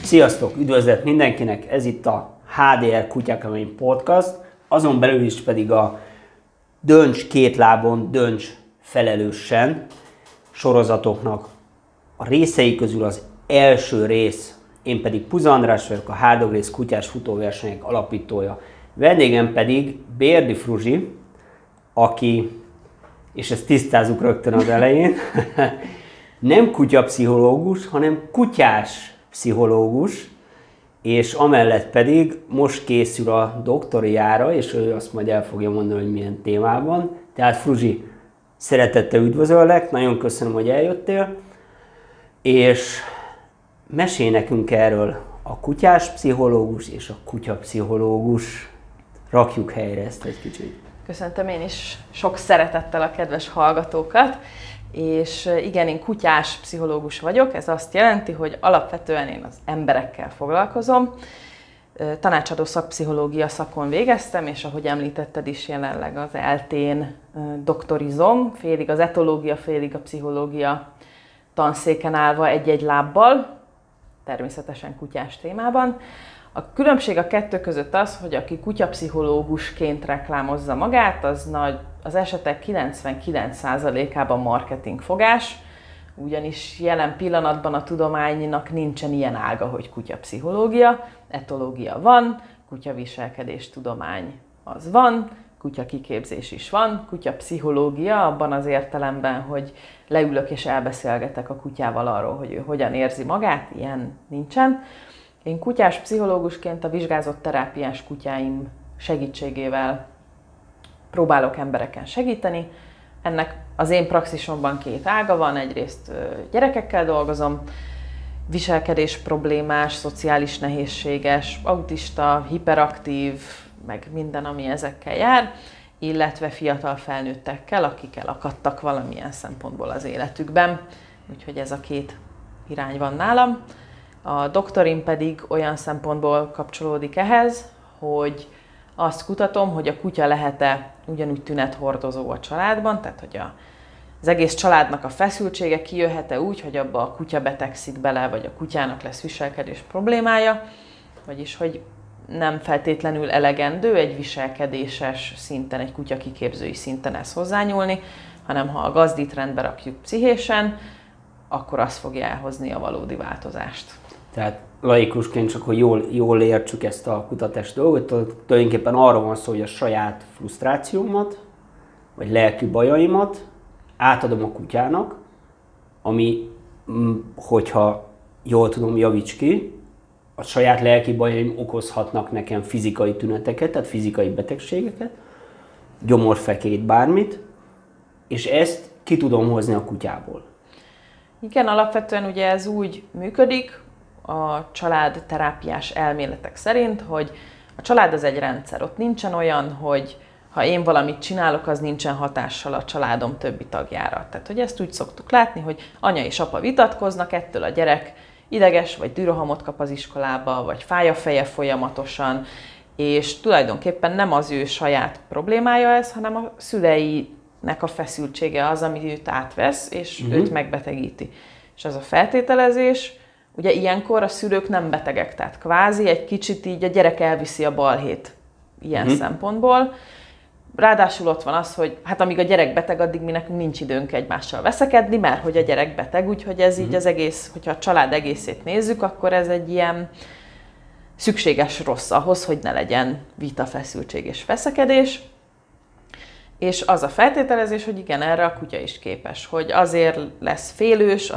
Sziasztok, üdvözlet mindenkinek, ez itt a HDR Kutyakamény Podcast, azon belül is pedig a Dönts két lábon, dönts felelősen sorozatoknak a részei közül az első rész, én pedig Puza András vagyok, a Hard Dog Race kutyás futóversenyek alapítója. Vendégem pedig Bérdi Fruzsi, aki, és ezt tisztázzuk rögtön az elején, nem kutyapszichológus, hanem kutyás pszichológus, és amellett pedig most készül a doktoriára, és ő azt majd el fogja mondani, hogy milyen témában. Tehát Fruzsi, szeretettel üdvözöllek, nagyon köszönöm, hogy eljöttél, és mesélj nekünk erről a kutyás pszichológus és a kutyapszichológus. Rakjuk helyre ezt egy kicsit. Köszöntöm én is sok szeretettel a kedves hallgatókat, és igen, én kutyás pszichológus vagyok, ez azt jelenti, hogy alapvetően én az emberekkel foglalkozom. Tanácsadó szakpszichológia szakon végeztem, és ahogy említetted is, jelenleg az ELTE-n doktorizom, félig az etológia, félig a pszichológia tanszéken állva egy-egy lábbal, természetesen kutyás témában. A különbség a kettő között az, hogy aki kutyapszichológusként reklámozza magát, az esetek 99%-ában marketingfogás, ugyanis jelen pillanatban a tudománynak nincsen ilyen ága, hogy kutyapszichológia, etológia van, kutyaviselkedés tudomány az van, kutyakiképzés is van, kutyapszichológia abban az értelemben, hogy leülök és elbeszélgetek a kutyával arról, hogy ő hogyan érzi magát, ilyen nincsen. Én kutyás pszichológusként a vizsgázott terápiás kutyáim segítségével próbálok embereken segíteni. Ennek az én praxisomban két ága van, egyrészt gyerekekkel dolgozom, viselkedés problémás, szociális nehézséges, autista, hiperaktív, meg minden, ami ezekkel jár, illetve fiatal felnőttekkel, akik elakadtak valamilyen szempontból az életükben. Úgyhogy ez a két irány van nálam. A doktorim pedig olyan szempontból kapcsolódik ehhez, hogy azt kutatom, hogy a kutya lehet-e ugyanúgy tünethordozó a családban, tehát hogy az egész családnak a feszültsége kijöhet-e úgy, hogy abba a kutya betegszik bele, vagy a kutyának lesz viselkedés problémája, vagyis hogy nem feltétlenül elegendő egy viselkedéses szinten, egy kutyakiképzői szinten ezt hozzányúlni, hanem ha a gazdit rendbe rakjuk pszichésen, akkor az fogja elhozni a valódi változást. Tehát laikusként csak, hogy jól értsük ezt a kutatási dolgot, tulajdonképpen arról van szó, hogy a saját frusztrációmat, vagy lelki bajaimat átadom a kutyának, ami, hogyha jól tudom, javíts ki, a saját lelki bajaim okozhatnak nekem fizikai tüneteket, tehát fizikai betegségeket, gyomorfekét, bármit, és ezt ki tudom hozni a kutyából. Igen, alapvetően ugye ez úgy működik a családterápiás elméletek szerint, hogy a család az egy rendszer. Ott nincsen olyan, hogy ha én valamit csinálok, az nincsen hatással a családom többi tagjára. Tehát, hogy ezt úgy szoktuk látni, hogy anya és apa vitatkoznak, ettől a gyerek ideges vagy dürohamot kap az iskolába, vagy fáj a feje folyamatosan, és tulajdonképpen nem az ő saját problémája ez, hanem a szüleinek a feszültsége az, ami őt átvesz, és őt megbetegíti. És az a feltételezés, ugye ilyenkor a szülők nem betegek, tehát kvázi egy kicsit így a gyerek elviszi a balhét ilyen szempontból. Ráadásul ott van az, hogy hát amíg a gyerek beteg, addig mi nekünk nincs időnk egymással veszekedni, mert hogy a gyerek beteg, úgyhogy ez így az egész, hogyha a család egészét nézzük, akkor ez egy ilyen szükséges rossz ahhoz, hogy ne legyen vita, feszültség és veszekedés. És az a feltételezés, hogy igen, erre a kutya is képes, hogy azért lesz félős,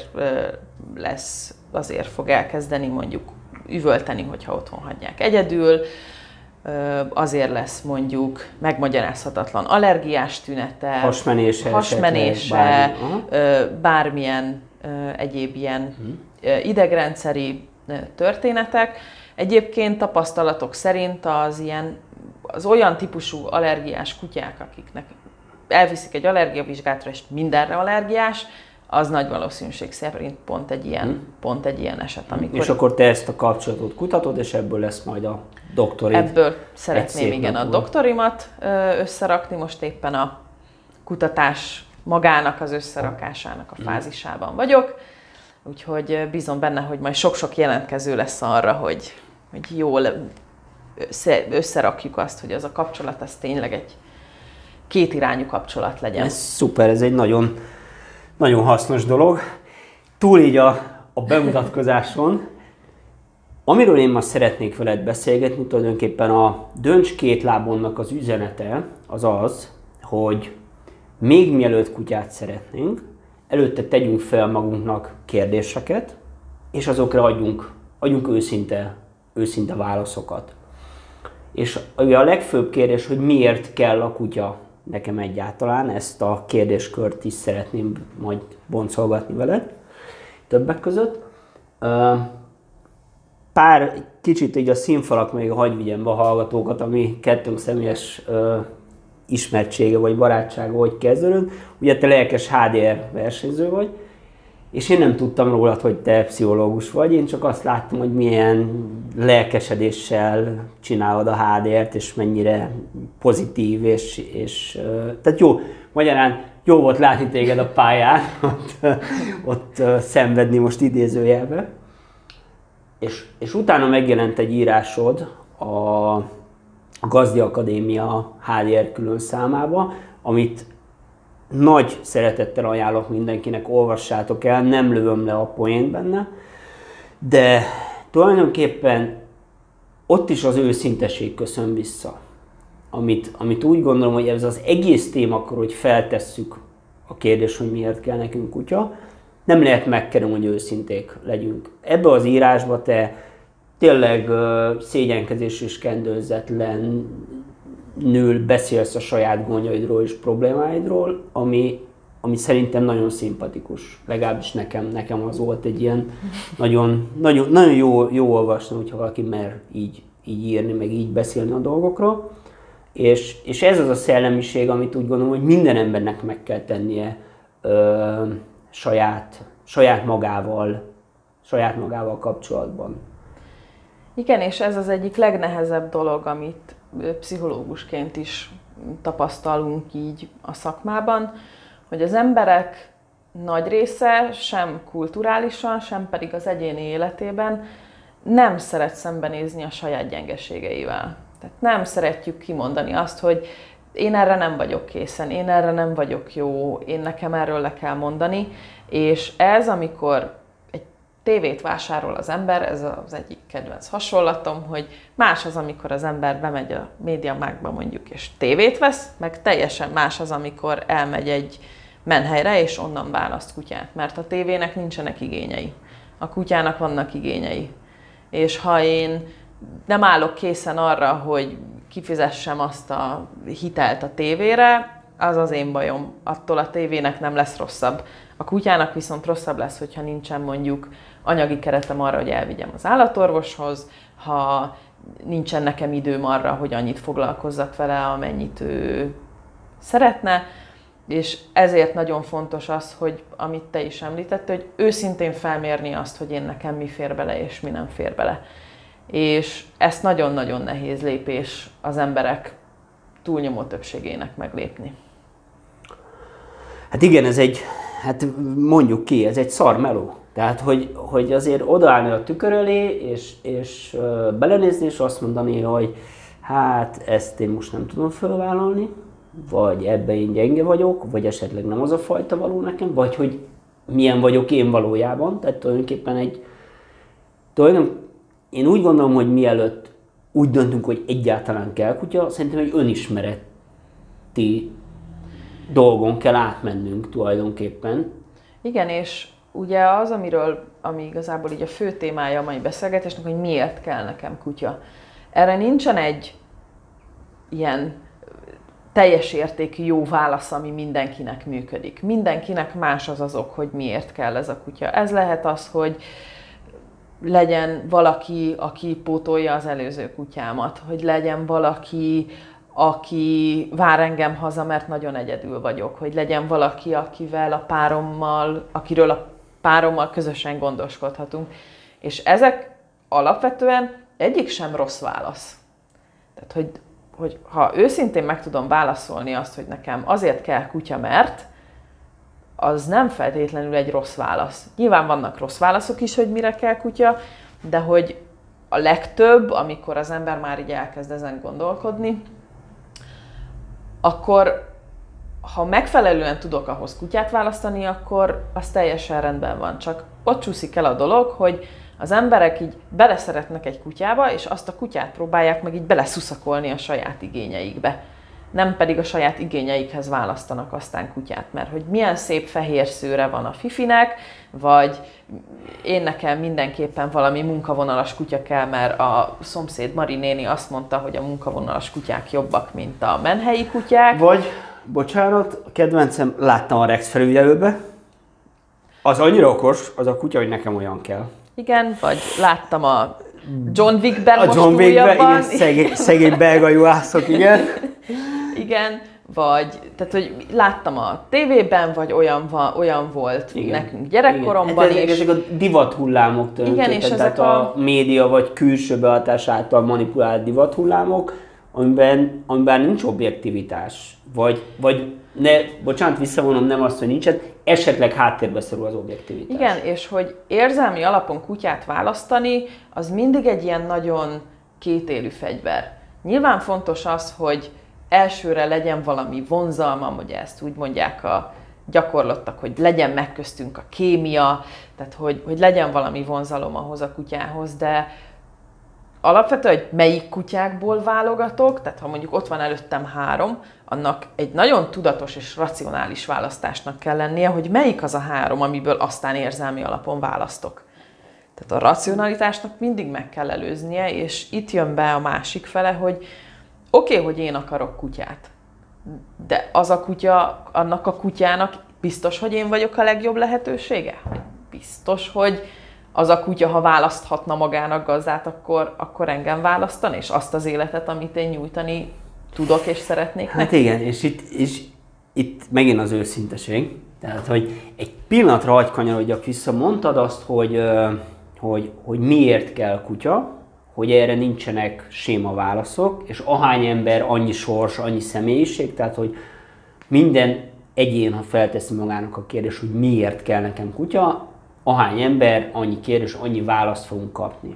azért fog elkezdeni mondjuk üvölteni, hogyha otthon hagyják egyedül, azért lesz mondjuk megmagyarázhatatlan allergiás tünete, hasmenése, bármilyen egyéb ilyen idegrendszeri történetek. Egyébként tapasztalatok szerint az olyan típusú allergiás kutyák, akiknek elviszik egy allergiavizsgátra, és mindenre allergiás, az nagy valószínűség szerint pont egy ilyen eset. Amikor és akkor te ezt a kapcsolatot kutatod, és ebből lesz majd a doktorid. Ebből szeretném igen a doktorimat összerakni, most éppen a kutatás magának az összerakásának a fázisában vagyok. Úgyhogy bízom benne, hogy majd sok-sok jelentkező lesz arra, hogy jól összerakjuk azt, hogy az a kapcsolat az tényleg egy kétirányú kapcsolat legyen. Ez szuper, ez egy nagyon, nagyon hasznos dolog. Túl így a bemutatkozáson, amiről én ma szeretnék veled beszélgetni, tulajdonképpen a Dönts két lábonnak az üzenete az az, hogy még mielőtt kutyát szeretnénk, előtte tegyünk fel magunknak kérdéseket, és azokra adjunk őszinte válaszokat. És ugye a legfőbb kérdés, hogy miért kell a kutya nekem egyáltalán, ezt a kérdéskört is szeretném majd boncolgatni veled, többek között. Pár kicsit így a színfalak még hagyj vigyem be a hallgatókat, ami kettőnk személyes ismertsége vagy barátsága, hogy kezdődött. Ugye te lelkes HDR versenyző vagy, és én nem tudtam rólad, hogy te pszichológus vagy, én csak azt láttam, hogy milyen lelkesedéssel csinálod a HDR-t, és mennyire pozitív, és tehát jó, magyarán jó volt látni téged a pályán, ott szenvedni most idézőjelbe. És utána megjelent egy írásod a Gazdi Akadémia HDR külön számába, amit nagy szeretettel ajánlok mindenkinek, olvassátok el, nem lövöm le a poént benne, de tulajdonképpen ott is az őszinteség köszön vissza. Amit úgy gondolom, hogy ez az egész témakor, hogy feltesszük a kérdést, hogy miért kell nekünk kutya, nem lehet megkerülni, hogy őszinték legyünk. Ebbe az írásba te tényleg szégyenkezés és kendőzetlenül beszélsz a saját gondjaidról és problémáidról, ami szerintem nagyon szimpatikus. Legalábbis nekem az volt egy ilyen nagyon jó olvasni, hogyha valaki mer így írni, meg így beszélni a dolgokról. És ez az a szellemiség, amit úgy gondolom, hogy minden embernek meg kell tennie saját magával kapcsolatban. Igen, és ez az egyik legnehezebb dolog, amit pszichológusként is tapasztalunk így a szakmában, hogy az emberek nagy része sem kulturálisan, sem pedig az egyéni életében nem szeret szembenézni a saját gyengeségeivel. Tehát nem szeretjük kimondani azt, hogy én erre nem vagyok készen, én erre nem vagyok jó, nekem erről le kell mondani, és ez, amikor egy tévét vásárol az ember, ez az egyik kedvenc hasonlatom, hogy más az, amikor az ember bemegy a MediaMarktba mondjuk, és tévét vesz, meg teljesen más az, amikor elmegy egy menhelyre, és onnan választ kutyát, mert a tévének nincsenek igényei, a kutyának vannak igényei. És ha én nem állok készen arra, hogy kifizessem azt a hitelt a tévére, az az én bajom. Attól a tévének nem lesz rosszabb. A kutyának viszont rosszabb lesz, hogyha nincsen mondjuk anyagi keretem arra, hogy elvigyem az állatorvoshoz, ha nincsen nekem időm arra, hogy annyit foglalkozzak vele, amennyit ő szeretne. És ezért nagyon fontos az, hogy amit te is említettél, hogy őszintén felmérni azt, hogy nekem mi fér bele és mi nem fér bele. És ezt nagyon-nagyon nehéz lépés az emberek túlnyomó többségének meglépni. Hát igen, mondjuk ki, ez egy szarmeló. Tehát, hogy azért odaállni a tükör elé, és belenézni, és azt mondani, hogy hát ezt én most nem tudom felvállalni, vagy ebben én gyenge vagyok, vagy esetleg nem az a fajta való nekem, vagy hogy milyen vagyok én valójában. Tehát tulajdonképpen én úgy gondolom, hogy mielőtt úgy döntünk, hogy egyáltalán kell kutya, szerintem egy önismereti dolgon kell átmennünk tulajdonképpen. Igen, és ugye az, ami igazából így a fő témája a mai beszélgetésnek, hogy miért kell nekem kutya. Erre nincsen egy ilyen teljes értékű jó válasz, ami mindenkinek működik. Mindenkinek más az ok, hogy miért kell ez a kutya. Ez lehet az, hogy legyen valaki, aki pótolja az előző kutyámat, hogy legyen valaki, aki vár engem haza, mert nagyon egyedül vagyok, hogy legyen valaki, akiről a párommal közösen gondoskodhatunk. És ezek alapvetően egyik sem rossz válasz. Tehát, hogy ha őszintén meg tudom válaszolni azt, hogy nekem azért kell kutya, mert az nem feltétlenül egy rossz válasz. Nyilván vannak rossz válaszok is, hogy mire kell kutya, de hogy a legtöbb, amikor az ember már így elkezd ezen gondolkodni, akkor ha megfelelően tudok ahhoz kutyát választani, akkor az teljesen rendben van. Csak ott csúszik el a dolog, hogy az emberek így beleszeretnek egy kutyába, és azt a kutyát próbálják meg így beleszuszakolni a saját igényeikbe. Nem pedig a saját igényeikhez választanak aztán kutyát, mert hogy milyen szép fehér szőre van a Fifinek, vagy én nekem mindenképpen valami munkavonalas kutya kell, mert a szomszéd Mari néni azt mondta, hogy a munkavonalas kutyák jobbak, mint a menhelyi kutyák. Vagy, bocsánat, a kedvencem, láttam a Rex felügyelőbe, az annyira okos, az a kutya, hogy nekem olyan kell. Igen, vagy láttam a John Wickben a most John Wickben, újabban. szegény belga juhászok, igen. Igen, vagy tehát, hogy láttam a tévében, vagy olyan volt igen. Nekünk gyerekkoromban is. Ezek a divathullámok igen, és tehát a média vagy külső behatás által manipulált divathullámok, amiben nincs objektivitás. Vagy bocsánat, visszavonom, nem azt, hogy nincsen, esetleg háttérbe szorul az objektivitás. Igen, és hogy érzelmi alapon kutyát választani, az mindig egy ilyen nagyon kétélű fegyver. Nyilván fontos az, hogy elsőre legyen valami vonzalmam, ugye ezt úgy mondják a gyakorlottak, hogy legyen meg köztünk a kémia, tehát hogy legyen valami vonzalom ahhoz a kutyához, de alapvetően, hogy melyik kutyákból válogatok, tehát ha mondjuk ott van előttem 3, annak egy nagyon tudatos és racionális választásnak kell lennie, hogy melyik az a 3, amiből aztán érzelmi alapon választok. Tehát a racionalitásnak mindig meg kell előznie, és itt jön be a másik fele, hogy oké, hogy én akarok kutyát, de az a kutya, annak a kutyának biztos, hogy én vagyok a legjobb lehetősége? Biztos, hogy az a kutya, ha választhatna magának gazdát, akkor engem választani, és azt az életet, amit én nyújtani tudok és szeretnék neki? Hát igen, és itt megint az őszinteség. Tehát, hogy egy pillanatra hagy kanyarodjak vissza, mondtad azt, hogy miért kell kutya, hogy erre nincsenek séma válaszok, és ahány ember, annyi sors, annyi személyiség, tehát hogy minden egyén, ha felteszi magának a kérdés, hogy miért kell nekem kutya, ahány ember, annyi kérdés, annyi választ fogunk kapni.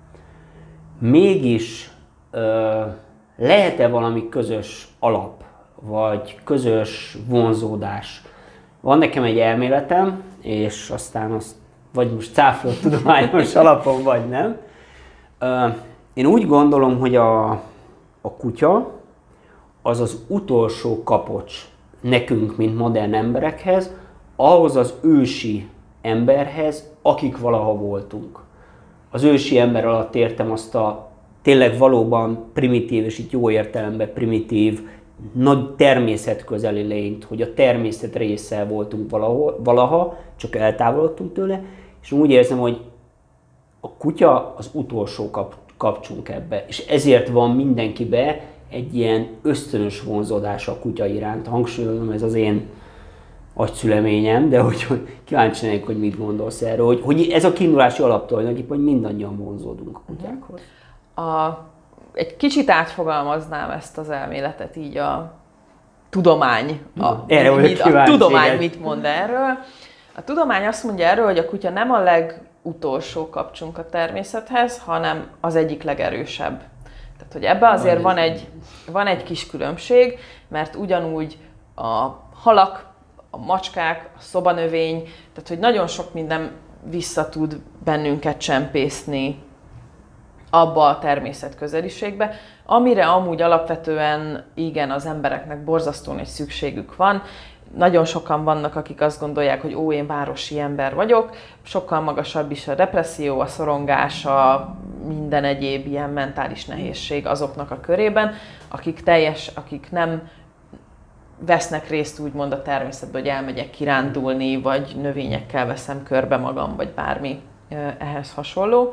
Mégis lehet-e valami közös alap, vagy közös vonzódás? Van nekem egy elméletem, és aztán azt vagy most cáfolt tudományos alapon, vagy nem. Én úgy gondolom, hogy a kutya az az utolsó kapocs nekünk, mint modern emberekhez, ahhoz az ősi emberhez, akik valaha voltunk. Az ősi ember alatt értem azt a tényleg valóban primitív, és itt jó értelemben primitív, nagy természetközeli lényt, hogy a természet része voltunk valaha, csak eltávolodtunk tőle, és úgy érzem, hogy a kutya az utolsó kapcsunk ebbe, és ezért van mindenkibe egy ilyen ösztönös vonzódás a kutya iránt. Hangsúlyozom, ez az én agyszüleményem, de hogy kíváncsi lennék, hogy mit gondolsz erről, hogy ez a kiindulási alap tulajdonképpen, hogy mindannyian vonzódunk a kutyákhoz. Egy kicsit átfogalmaznám ezt az elméletet így a tudomány. A tudomány mit mond erről? A tudomány azt mondja erről, hogy a kutya nem a legutolsó kapcsunk a természethez, hanem az egyik legerősebb. Tehát, hogy ebben azért van egy kis különbség, mert ugyanúgy a halak, a macskák, a szobanövény, tehát hogy nagyon sok minden vissza tud bennünket csempészni abba a természet közeliségbe, amire amúgy alapvetően igen, az embereknek borzasztó nagy szükségük van. Nagyon sokan vannak, akik azt gondolják, hogy én városi ember vagyok, sokkal magasabb is a depresszió, a szorongás, a minden egyéb ilyen mentális nehézség azoknak a körében, akik nem vesznek részt úgymond a természetben, hogy elmegyek kirándulni, vagy növényekkel veszem körbe magam, vagy bármi ehhez hasonló.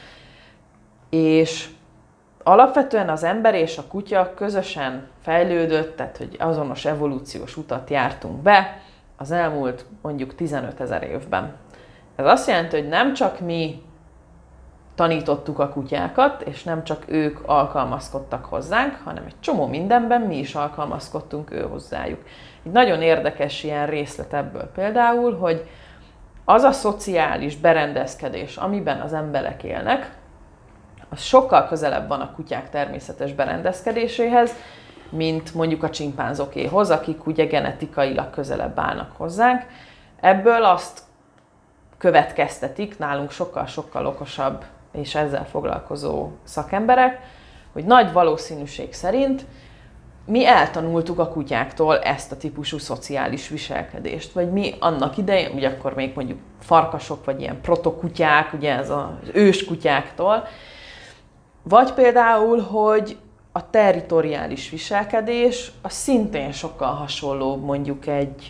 És alapvetően az ember és a kutya közösen fejlődött, tehát hogy azonos evolúciós utat jártunk be az elmúlt mondjuk 15 000 évben. Ez azt jelenti, hogy nem csak mi tanítottuk a kutyákat, és nem csak ők alkalmazkodtak hozzánk, hanem egy csomó mindenben mi is alkalmazkodtunk ő hozzájuk. Egy nagyon érdekes ilyen részlet ebből például, hogy az a szociális berendezkedés, amiben az emberek élnek, az sokkal közelebb van a kutyák természetes berendezkedéséhez, mint mondjuk a csimpánzokéhoz, akik ugye genetikailag közelebb állnak hozzánk. Ebből azt következtetik nálunk sokkal-sokkal okosabb és ezzel foglalkozó szakemberek, hogy nagy valószínűség szerint mi eltanultuk a kutyáktól ezt a típusú szociális viselkedést. Vagy mi annak idején, ugye akkor még mondjuk farkasok, vagy ilyen protokutyák, ugye ez az őskutyáktól, vagy például, hogy a territoriális viselkedés az szintén sokkal hasonló mondjuk egy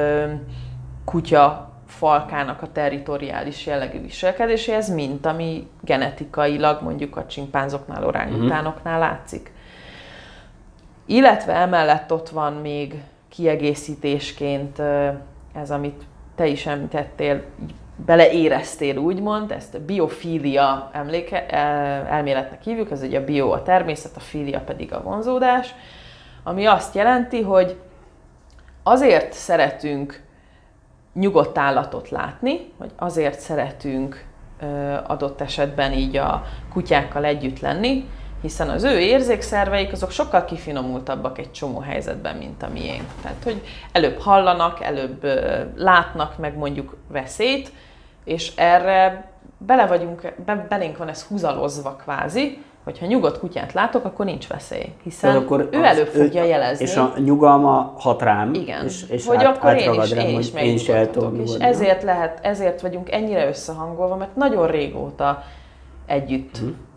kutya falkának a territoriális jellegű viselkedéséhez, mint ami genetikailag mondjuk a csimpánzoknál, orángutánoknál látszik. Illetve emellett ott van még kiegészítésként ez, amit te is említettél, beleéreztél úgymond, ezt a biofília elméletnek hívjuk, ez ugye a bio a természet, a fília pedig a vonzódás, ami azt jelenti, hogy azért szeretünk nyugodt állatot látni, vagy azért szeretünk adott esetben így a kutyákkal együtt lenni, hiszen az ő érzékszerveik azok sokkal kifinomultabbak egy csomó helyzetben, mint a miénk. Tehát, hogy előbb hallanak, előbb látnak meg mondjuk veszélyt, és erre belénk van ez húzalozva kvázi, hogyha nyugodt kutyát látok, akkor nincs veszély, hiszen akkor ő előbb fogja jelezni. És a nyugalma hat rám, igen, és hogy akkor én is el tudom nyugodhatok. És ezért vagyunk ennyire összehangolva, mert nagyon régóta együtt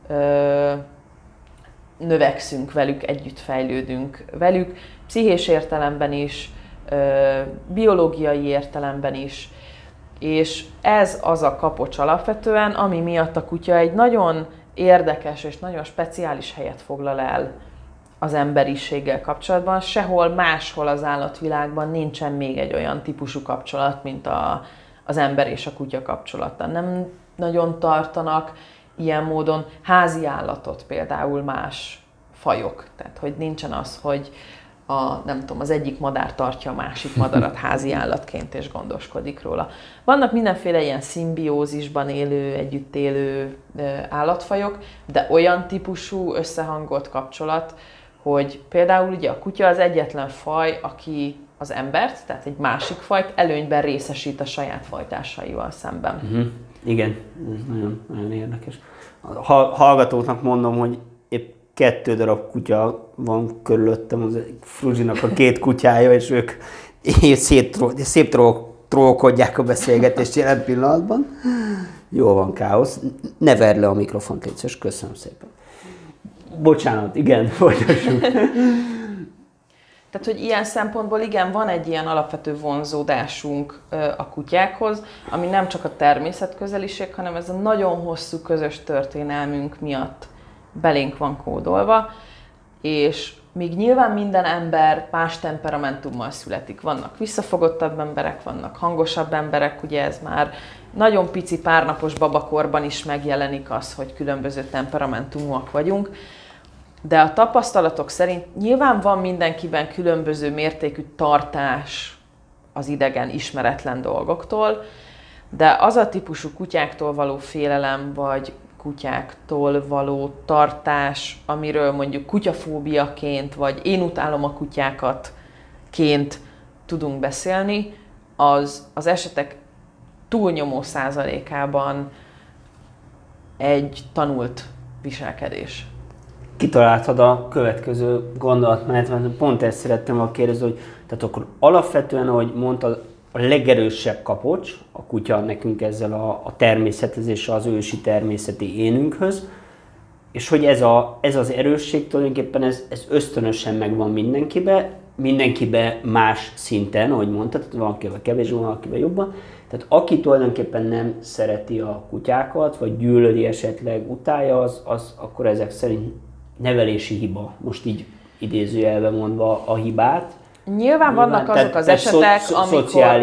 növekszünk velük, együtt fejlődünk velük, pszichés értelemben is, biológiai értelemben is, és ez az a kapocs alapvetően, ami miatt a kutya egy nagyon érdekes és nagyon speciális helyet foglal el az emberiséggel kapcsolatban. Sehol máshol az állatvilágban nincsen még egy olyan típusú kapcsolat, mint az ember és a kutya kapcsolata. Nem nagyon tartanak ilyen módon házi állatot például más fajok. Tehát, hogy nincsen az, hogy az egyik madár tartja a másik madarat házi állatként és gondoskodik róla. Vannak mindenféle ilyen szimbiózisban élő, együtt élő állatfajok, de olyan típusú összehangolt kapcsolat, hogy például ugye a kutya az egyetlen faj, aki az embert, tehát egy másik fajt előnyben részesít a saját fajtársaival szemben. Igen, ez nagyon, nagyon érdekes. Hallgatóknak mondom, hogy épp 2 darab kutya van körülöttem, az Fruzsinak a 2 kutyája, és ők szép trollkodják a beszélgetést jelen pillanatban. Jól van, káosz. Ne verd le a mikrofont, légy szíves, köszönöm szépen. Bocsánat, igen, folytassuk. Tehát, hogy ilyen szempontból igen, van egy ilyen alapvető vonzódásunk a kutyákhoz, ami nem csak a természetközeliség, hanem ez a nagyon hosszú közös történelmünk miatt belénk van kódolva, és míg nyilván minden ember más temperamentummal születik. Vannak visszafogottabb emberek, vannak hangosabb emberek, ugye ez már nagyon pici párnapos babakorban is megjelenik az, hogy különböző temperamentumúak vagyunk, de a tapasztalatok szerint nyilván van mindenkiben különböző mértékű tartás az idegen, ismeretlen dolgoktól, de az a típusú kutyáktól való félelem, vagy kutyáktól való tartás, amiről mondjuk kutyafóbiaként, vagy én utálom a kutyákatként tudunk beszélni, az esetek túlnyomó százalékában egy tanult viselkedés. Kitaláltad a következő gondolatmenetet, pont ezt szerettem volna kérdezni, hogy tehát akkor alapvetően, ahogy mondtad, a legerősebb kapocs a kutya nekünk ezzel a természethez és az ősi természeti énünkhöz, és hogy ez az erősség tulajdonképpen ez ösztönösen megvan mindenkibe más szinten, ahogy mondtad, van akivel kevésbé, van akivel jobban. Tehát aki tulajdonképpen nem szereti a kutyákat, vagy gyűlöli esetleg, utálja, az akkor ezek szerint nevelési hiba. Most így idézőjelben mondva a hibát. Nyilván vannak azok az esetek,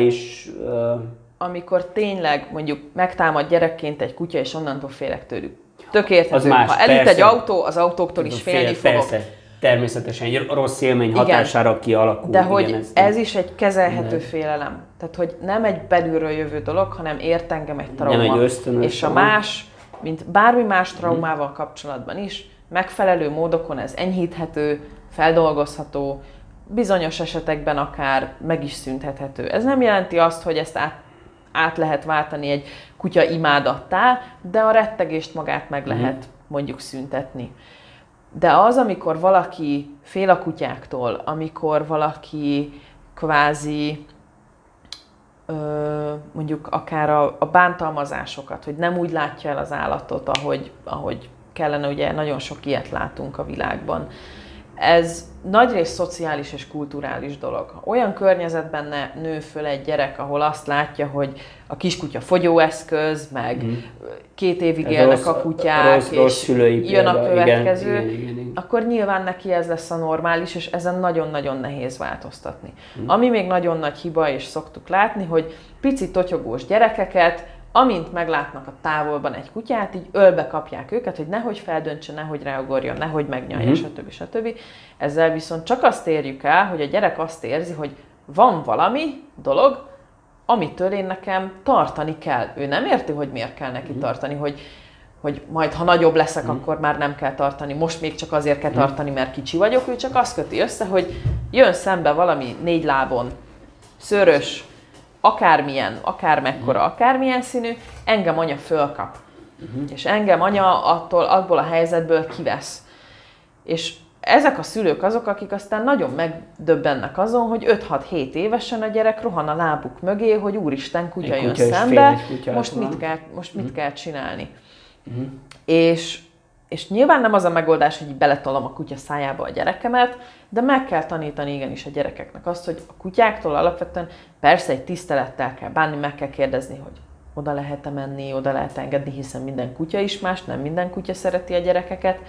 amikor tényleg mondjuk megtámad gyerekként egy kutya, és onnantól félek tőlük. Tök érthető. Ha elüt egy autó, az autóktól is félni fogok. Persze, természetesen egy rossz élmény hatására kialakul. De hogy ez is egy kezelhető félelem. Tehát, hogy nem egy belülről jövő dolog, hanem ért engem egy trauma. Nem egy ösztönös. És a más, mint bármi más traumával kapcsolatban is, megfelelő módokon ez enyhíthető, feldolgozható, bizonyos esetekben akár meg is szüntethető. Ez nem jelenti azt, hogy ezt át lehet váltani egy kutya imádattá, de a rettegést magát meg lehet mondjuk szüntetni. De az, amikor valaki fél a kutyáktól, amikor valaki kvázi mondjuk akár a bántalmazásokat, hogy nem úgy látja el az állatot, ahogy kellene, ugye nagyon sok ilyet látunk a világban. Ez nagyrészt szociális és kulturális dolog. Olyan környezetben nő föl egy gyerek, ahol azt látja, hogy a kiskutya fogyóeszköz, meg 2 évig élnek a kutyák, és jön a következő, igen. Akkor nyilván neki ez lesz a normális, és ezen nagyon-nagyon nehéz változtatni. Ami még nagyon nagy hiba, és szoktuk látni, hogy pici totyogós gyerekeket, amint meglátnak a távolban egy kutyát, így ölbe kapják őket, hogy nehogy feldöntse, nehogy ráugorjon, nehogy megnyalja, stb. Ezzel viszont csak azt érjük el, hogy a gyerek azt érzi, hogy van valami dolog, amitől én nekem tartani kell. Ő nem érti, hogy miért kell neki tartani, hogy majd ha nagyobb leszek, akkor már nem kell tartani, most még csak azért kell tartani, mert kicsi vagyok. Ő csak azt köti össze, hogy jön szembe valami 4 lábon, szőrös, akármilyen, akármekkora, akármilyen színű, engem anya fölkap. És engem anya abból a helyzetből kivesz. És ezek a szülők azok, akik aztán nagyon megdöbbennek azon, hogy 5-6-7 évesen a gyerek rohan a lábuk mögé, hogy úristen, kutya jön szembe, most mit kell csinálni. És nyilván nem az a megoldás, hogy így beletolom a kutya szájába a gyerekemet, de meg kell tanítani igenis a gyerekeknek azt, hogy a kutyáktól alapvetően persze egy tisztelettel kell bánni, meg kell kérdezni, hogy oda lehet-e menni, oda lehet engedni, hiszen minden kutya is más, nem minden kutya szereti a gyerekeket.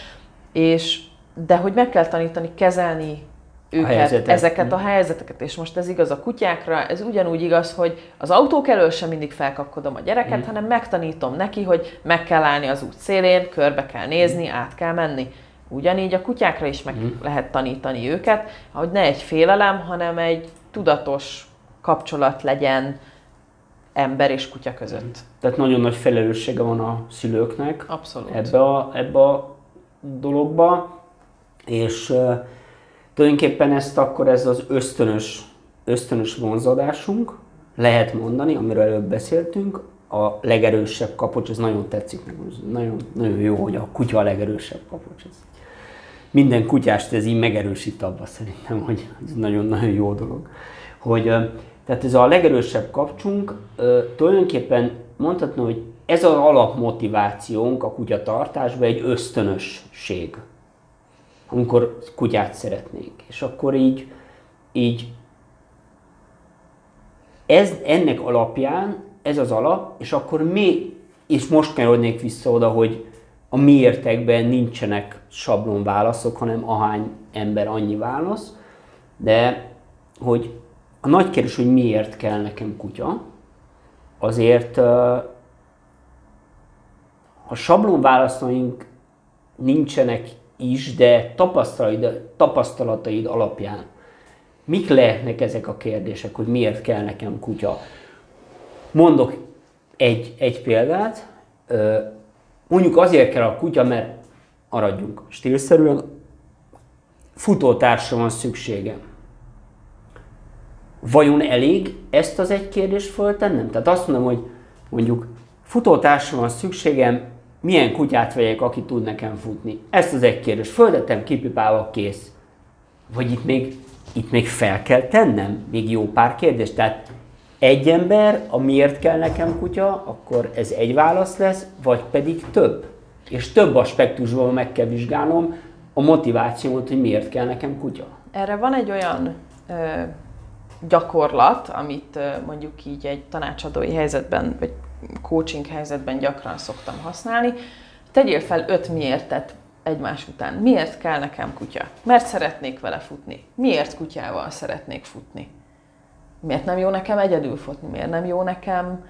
De hogy meg kell tanítani, kezelni őket, ezeket a helyzeteket. És most ez igaz a kutyákra, ez ugyanúgy igaz, hogy az autók elől sem mindig felkapkodom a gyereket, hanem megtanítom neki, hogy meg kell állni az út szélén, körbe kell nézni, át kell menni. Ugyanígy a kutyákra is meg lehet tanítani őket, hogy ne egy félelem, hanem egy tudatos kapcsolat legyen ember és kutya között. Tehát nagyon nagy felelőssége van a szülőknek. Abszolút. Ebbe a dologba, és tulajdonképpen ez az ösztönös vonzódásunk, lehet mondani, amiről előbb beszéltünk, a legerősebb kapocs, ez nagyon tetszik nekem, nagyon, nagyon jó, hogy a kutya a legerősebb kapocs. Minden kutyást ez így megerősít abba szerintem, hogy ez nagyon-nagyon jó dolog. Tehát ez a legerősebb kapcsunk, tulajdonképpen mondhatni, hogy ez az alapmotivációnk a kutyatartásban egy ösztönösség, amikor kutyát szeretnénk. És akkor így ennek alapján, ez az alap, és akkor és most kanyarodnék vissza oda, hogy a miértekben nincsenek sablon válaszok, hanem ahány ember annyi válasz, de hogy a nagy kérdés, hogy miért kell nekem kutya, azért a sablon válaszaink nincsenek is, de tapasztalataid alapján mik lehetnek ezek a kérdések, hogy miért kell nekem kutya? Mondok egy példát, mondjuk azért kell a kutya, mert maradjunk stílszerűen, futótársra van szükségem. Vajon elég ezt az egy kérdést föltennem? Tehát azt mondom, hogy mondjuk futótársra van szükségem, milyen kutyát vegyek, aki tud nekem futni? Ezt az egy kérdést föltettem, kipipálva, kész. Vagy itt még fel kell tennem még jó pár kérdést. Tehát egy ember, a miért kell nekem kutya, akkor ez egy válasz lesz, vagy pedig több. És több aspektusban meg kell vizsgálnom a motivációt, hogy miért kell nekem kutya. Erre van egy olyan gyakorlat, amit mondjuk így egy tanácsadói helyzetben, vagy coaching helyzetben gyakran szoktam használni. Tegyél fel 5 miértet egymás után. Miért kell nekem kutya? Mert szeretnék vele futni. Miért kutyával szeretnék futni? Miért nem jó nekem egyedül futni? Miért nem jó nekem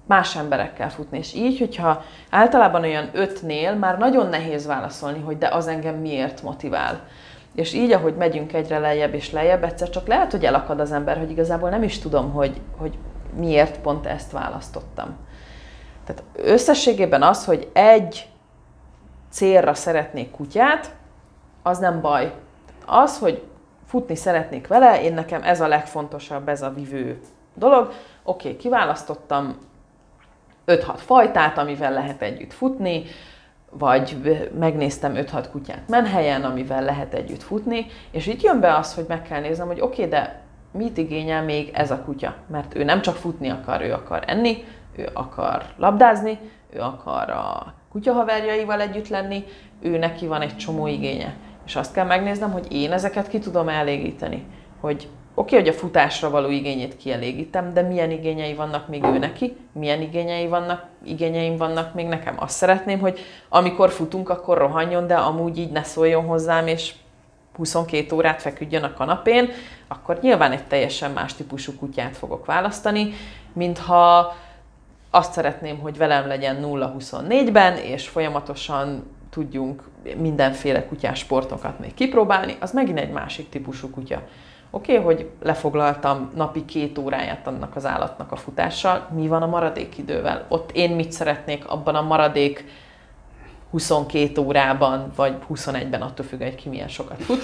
más emberekkel futni. És így, hogyha általában olyan 5-nél már nagyon nehéz válaszolni, hogy de az engem miért motivál. És így, ahogy megyünk egyre lejjebb és lejjebb, egyszer csak lehet, hogy elakad az ember, hogy igazából nem is tudom, hogy miért pont ezt választottam. Tehát összességében az, hogy egy célra szeretnék kutyát, az nem baj. Az, hogy futni szeretnék vele, nekem ez a legfontosabb, ez a vívő dolog. Oké, kiválasztottam 5-6 fajtát, amivel lehet együtt futni, vagy megnéztem 5-6 kutyát menhelyen, amivel lehet együtt futni, és itt jön be az, hogy meg kell néznem, hogy oké, de mit igényel még ez a kutya? Mert ő nem csak futni akar, ő akar enni, ő akar labdázni, ő akar a kutyahaverjaival együtt lenni, ő neki van egy csomó igénye. És azt kell megnéznem, hogy én ezeket ki tudom elégíteni. Hogy oké, hogy a futásra való igényét kielégítem, de milyen igényei vannak még ő neki, milyen igényeim vannak még nekem. Azt szeretném, hogy amikor futunk, akkor rohanjon, de amúgy így ne szóljon hozzám, és 22 órát feküdjön a kanapén, akkor nyilván egy teljesen más típusú kutyát fogok választani, mintha azt szeretném, hogy velem legyen 0-24-ben, és folyamatosan tudjunk mindenféle kutyás sportokat még kipróbálni, az megint egy másik típusú kutya. Oké, hogy lefoglaltam napi 2 óráját annak az állatnak a futással, mi van a maradék idővel? Ott én mit szeretnék abban a maradék 22 órában, vagy 21-ben, attól függ, hogy ki milyen sokat fut.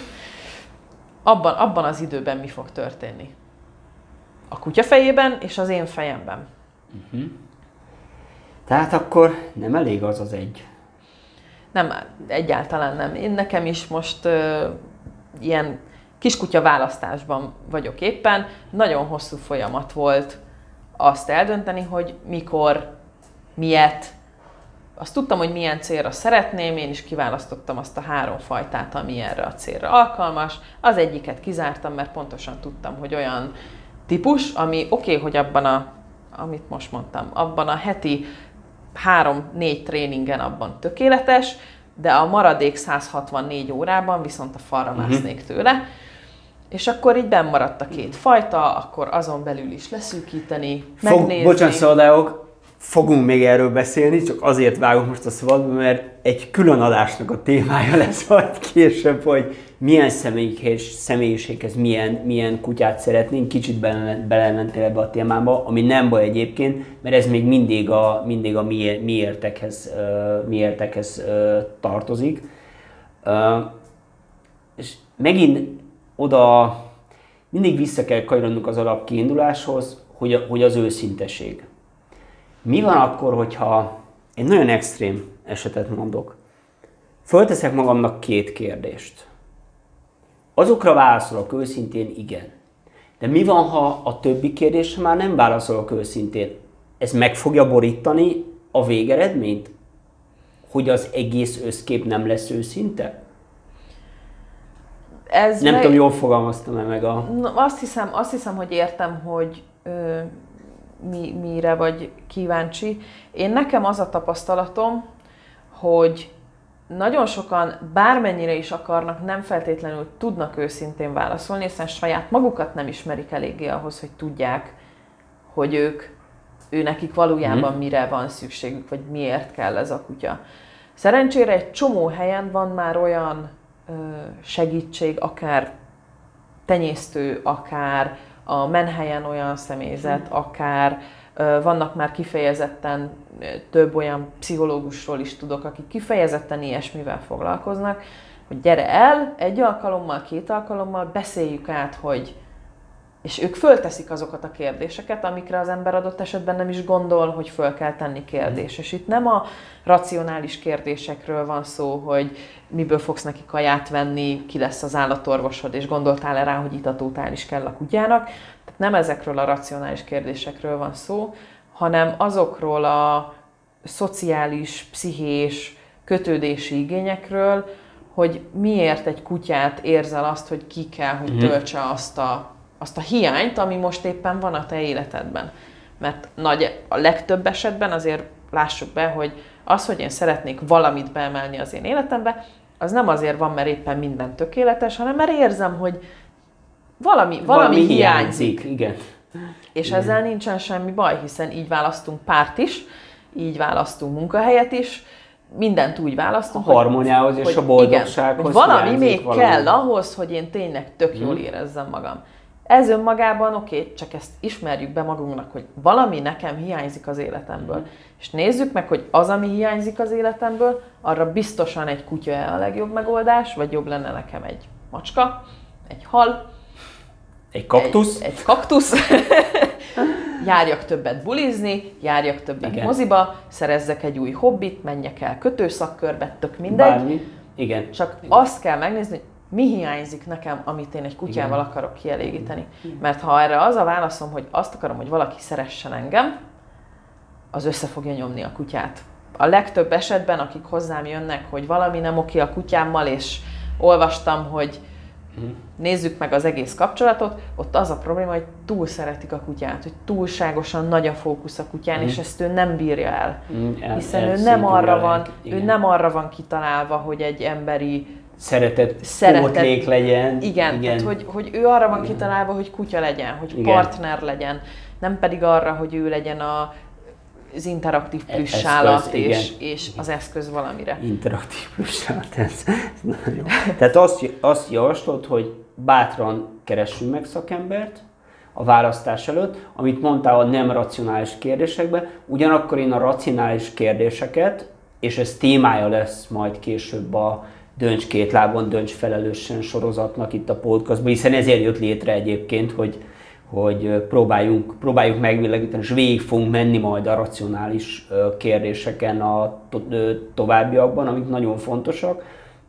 Abban az időben mi fog történni? A kutya fejében és az én fejemben. Uh-huh. Tehát akkor nem elég az az egy? Nem, egyáltalán nem. Nekem is most ilyen kiskutya választásban vagyok éppen. Nagyon hosszú folyamat volt azt eldönteni, hogy mikor, miért. Azt tudtam, hogy milyen célra szeretném, én is kiválasztottam azt a 3 fajtát, ami erre a célra alkalmas. Az egyiket kizártam, mert pontosan tudtam, hogy olyan típus, ami oké, hogy amit most mondtam, abban a heti 3-4 tréningen abban tökéletes, de a maradék 164 órában viszont a falra másznék tőle. És akkor így benn maradt a 2 fajta, akkor azon belül is leszűkíteni, megnézni. Bocsánat, szabadálok, fogunk még erről beszélni, csak azért vágok most a szabadba, mert egy külön adásnak a témája lesz majd később, hogy milyen személyiséghez milyen kutyát szeretnénk. Kicsit belementél ebbe a témába, ami nem baj egyébként, mert ez még mindig a miértekhez tartozik. És megint oda mindig vissza kell kanyarodnunk az alapkiinduláshoz, hogy az őszinteség. Mi van akkor, hogyha egy nagyon extrém esetet mondok? Fölteszek magamnak 2 kérdést. Azokra válaszolok őszintén, igen. De mi van, ha a többi kérdésre már nem válaszolok őszintén? Ez meg fogja borítani a végeredményt? Hogy az egész összkép nem lesz őszinte? Nem tudom, jól fogalmaztam-e meg a... Azt hiszem, hogy értem, hogy mire vagy kíváncsi. Nekem az a tapasztalatom, hogy nagyon sokan bármennyire is akarnak, nem feltétlenül tudnak őszintén válaszolni, hiszen saját magukat nem ismerik eléggé ahhoz, hogy tudják, hogy ő nekik valójában mire van szükségük, vagy miért kell ez a kutya. Szerencsére egy csomó helyen van már olyan segítség, akár tenyésztő, akár a menhelyen olyan személyzet, akár vannak már kifejezetten több olyan pszichológusról is tudok, akik kifejezetten ilyesmivel foglalkoznak, hogy gyere el, 1 alkalommal, 2 alkalommal, beszéljük át, hogy... És ők fölteszik azokat a kérdéseket, amikre az ember adott esetben nem is gondol, hogy föl kell tenni kérdés. És itt nem a racionális kérdésekről van szó, hogy miből fogsz neki kaját venni, ki lesz az állatorvosod, és gondoltál-e rá, hogy itatótál is kell a kutyának. Tehát nem ezekről a racionális kérdésekről van szó, hanem azokról a szociális, pszichés, kötődési igényekről, hogy miért egy kutyát érzel azt, hogy ki kell, hogy töltse azt a hiányt, ami most éppen van a te életedben. Mert a legtöbb esetben azért lássuk be, hogy az, hogy én szeretnék valamit beemelni az én életembe, az nem azért van, mert éppen minden tökéletes, hanem mert érzem, hogy valami hiányzik. Igen. És ezzel nincsen semmi baj, hiszen így választunk párt is, így választunk munkahelyet is, mindent úgy választunk, a harmóniához és a boldogsághoz. Igen, valami még kell ahhoz, hogy én tényleg tök jól érezzem magam. Ez önmagában oké, csak ezt ismerjük be magunknak, hogy valami nekem hiányzik az életemből. És nézzük meg, hogy az, ami hiányzik az életemből, arra biztosan egy kutya a legjobb megoldás, vagy jobb lenne nekem egy macska, egy hal, egy kaktusz. Egy kaktusz. Járjak többet bulizni, járjak többet moziba, szerezzek egy új hobbit, menjek el kötőszakkörbe, tök mindegy. Bármi. Igen. Csak azt kell megnézni, hogy mi hiányzik nekem, amit én egy kutyával akarok kielégíteni. Mert ha erre az a válaszom, hogy azt akarom, hogy valaki szeressen engem, az össze fogja nyomni a kutyát. A legtöbb esetben, akik hozzám jönnek, hogy valami nem oké a kutyámmal, és olvastam, hogy nézzük meg az egész kapcsolatot, ott az a probléma, hogy túl szeretik a kutyát, hogy túlságosan nagy a fókusz a kutyán, és ezt ő nem bírja el. Hiszen ő nem arra van kitalálva, hogy egy emberi szeretett pótlék legyen. Igen. Tehát, hogy ő arra van kitalálva, hogy kutya legyen, hogy partner legyen, nem pedig arra, hogy ő legyen az interaktív plüssállat és az eszköz valamire. Interaktív plüssállat, ez nagyon jó. Tehát azt javaslod, hogy bátran keressünk meg szakembert a választás előtt, amit mondtál a nem racionális kérdésekben, ugyanakkor én a racionális kérdéseket, és ez témája lesz majd később a Dönts két lábon, dönts felelősen sorozatnak itt a podcastban, hiszen ezért jött létre egyébként, hogy próbáljuk megvilágítani, és végig fogunk menni majd a racionális kérdéseken a továbbiakban, amik nagyon fontosak,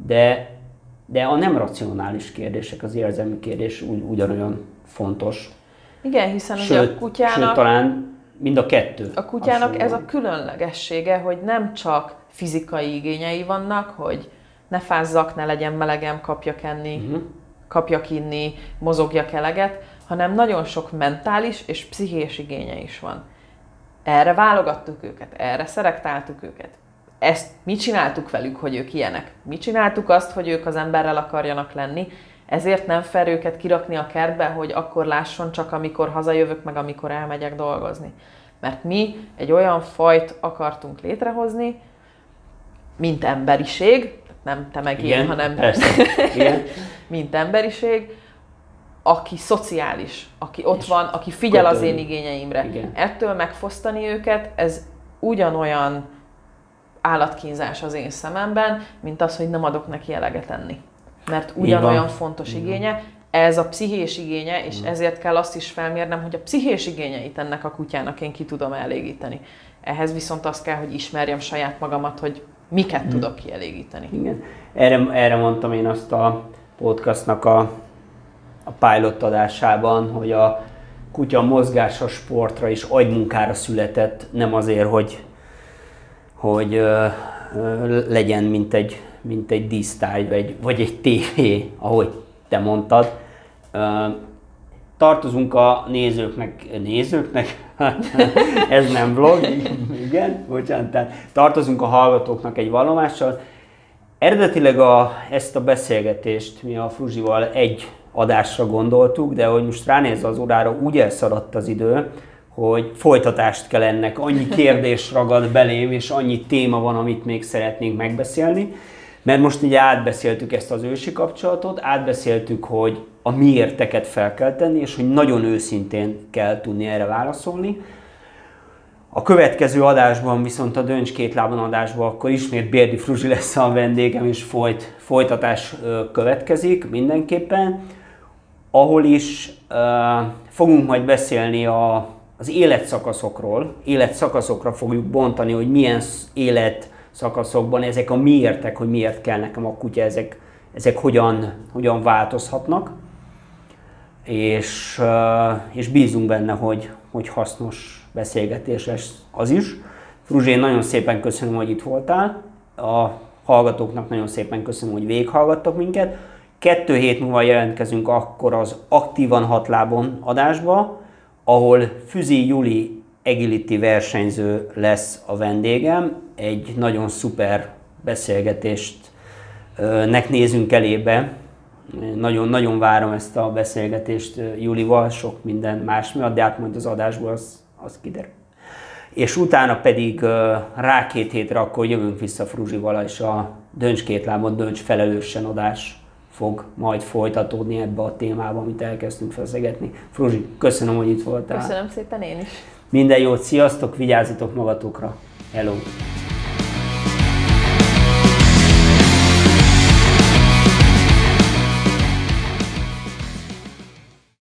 de a nem racionális kérdések, az érzelmi kérdés ugyanolyan fontos. Igen, hiszen ugye a kutyának... Sőt, talán mind a kettő. A kutyának ez a különlegessége, hogy nem csak fizikai igényei vannak, hogy ne fázzak, ne legyen melegem, kapjak enni, kapjak inni, mozogjak eleget, hanem nagyon sok mentális és pszichés igénye is van. Erre válogattuk őket, erre szelektáltuk őket. Ezt mi csináltuk velük, hogy ők ilyenek? Mi csináltuk azt, hogy ők az emberrel akarjanak lenni, ezért nem fel őket kirakni a kertbe, hogy akkor lásson csak, amikor hazajövök, meg amikor elmegyek dolgozni. Mert mi egy olyan fajt akartunk létrehozni, mint emberiség, nem te meg én, hanem mint emberiség, aki szociális, aki ott van, aki figyel az én igényeimre. Igen. Ettől megfosztani őket, ez ugyanolyan állatkínzás az én szememben, mint az, hogy nem adok neki eleget enni. Mert ugyanolyan fontos igénye, ez a pszichés igénye, és ezért kell azt is felmérnem, hogy a pszichés igényeit ennek a kutyának én ki tudom elégíteni. Ehhez viszont azt kell, hogy ismerjem saját magamat, hogy miket tudok kielégíteni. Igen. Erre mondtam én azt a podcastnak a pilot adásában, hogy a kutya mozgásra, sportra és agymunkára született, nem azért, hogy legyen mint egy dísztárgy, vagy egy tévé, ahogy te mondtad. Tartozunk a nézőknek, ez nem vlog, igen, bocsánat, tehát tartozunk a hallgatóknak egy vallomással. Eredetileg ezt a beszélgetést mi a Fruzsival egy adásra gondoltuk, de hogy most ránézve az órára, úgy elszaladt az idő, hogy folytatást kell ennek, annyi kérdés ragad belém, és annyi téma van, amit még szeretnénk megbeszélni. Mert most ugye átbeszéltük ezt az ősi kapcsolatot, átbeszéltük, hogy a miérteket fel kell tenni, és hogy nagyon őszintén kell tudni erre válaszolni. A következő adásban, viszont a Dönts két lábon adásban, akkor ismét Bérdi Fruzsi lesz a vendégem, és folytatás következik mindenképpen, ahol is fogunk majd beszélni az életszakaszokra fogjuk bontani, hogy milyen életszakaszokban ezek a miértek, hogy miért kell nekem a kutya, ezek hogyan változhatnak, és bízunk benne, hogy hasznos beszélgetés lesz az is. Fruzsi, én nagyon szépen köszönöm, hogy itt voltál, a hallgatóknak nagyon szépen köszönöm, hogy végighallgattak minket. 2 hét múlva jelentkezünk akkor az Aktívan 6 lábon adásba, ahol Füzi Juli agility versenyző lesz a vendégem. Egy nagyon szuper beszélgetést nek nézünk elébe, Nagyon-nagyon várom ezt a beszélgetést Julival, sok minden más miatt, de hát majd az adásból az kiderül. És utána pedig rá 2 hétre akkor jövünk vissza Fruzsival, és a Dönts két lábon, dönts felelősen adás fog majd folytatódni ebbe a témába, amit elkezdtünk feszegetni. Fruzsi, köszönöm, hogy itt voltál. Köszönöm szépen én is. Minden jót, sziasztok, vigyázzatok magatokra. Hello!